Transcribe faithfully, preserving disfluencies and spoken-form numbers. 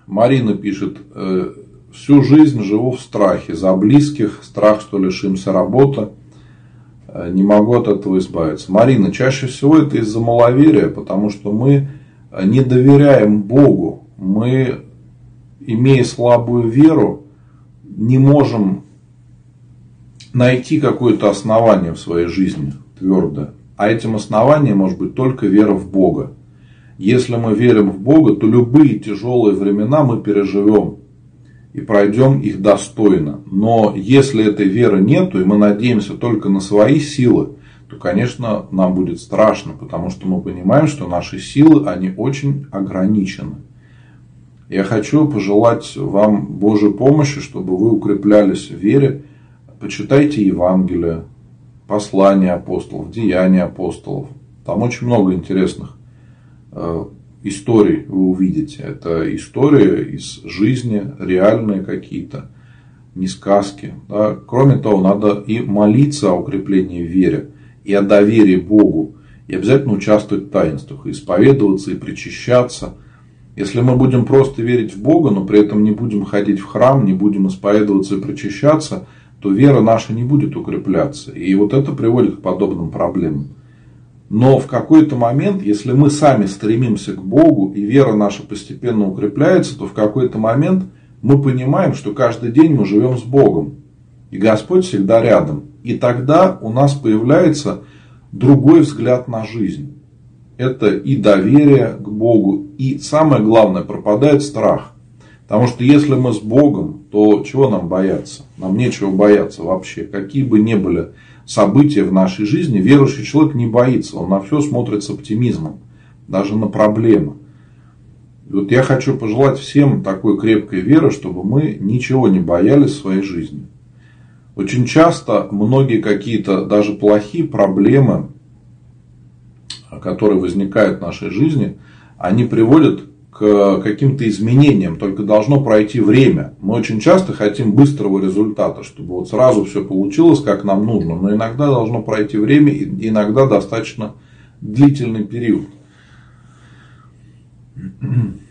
Марина пишет, всю жизнь живу в страхе. За близких, страх, что лишимся работы. Не могу от этого избавиться. Марина, чаще всего это из-за маловерия, потому что мы не доверяем Богу. Мы, имея слабую веру, не можем найти какое-то основание в своей жизни твердое. А этим основанием может быть только вера в Бога. Если мы верим в Бога, то любые тяжелые времена мы переживем и пройдем их достойно. Но если этой веры нету, и мы надеемся только на свои силы, то, конечно, нам будет страшно, потому что мы понимаем, что наши силы, они очень ограничены. Я хочу пожелать вам Божьей помощи, чтобы вы укреплялись в вере. Почитайте Евангелие, послания апостолов, деяния апостолов. Там очень много интересных э, историй вы увидите. Это истории из жизни, реальные какие-то, не сказки. Да. Кроме того, надо и молиться о укреплении в вере, и о доверии Богу. И обязательно участвовать в таинствах, и исповедоваться, и причащаться. Если мы будем просто верить в Бога, но при этом не будем ходить в храм, не будем исповедоваться и причащаться, то вера наша не будет укрепляться. И вот это приводит к подобным проблемам. Но в какой-то момент, если мы сами стремимся к Богу, и вера наша постепенно укрепляется, то в какой-то момент мы понимаем, что каждый день мы живем с Богом. И Господь всегда рядом. И тогда у нас появляется другой взгляд на жизнь. Это и доверие к Богу, и самое главное, пропадает страх. Потому что если мы с Богом, то чего нам бояться? Нам нечего бояться вообще. Какие бы ни были события в нашей жизни, верующий человек не боится. Он на все смотрит с оптимизмом. Даже на проблемы. И вот я хочу пожелать всем такой крепкой веры, чтобы мы ничего не боялись в своей жизни. Очень часто многие какие-то даже плохие проблемы, которые возникают в нашей жизни, они приводят к каким-то изменениям, только должно пройти время. Мы очень часто хотим быстрого результата, чтобы вот сразу все получилось, как нам нужно. Но иногда должно пройти время, и иногда достаточно длительный период.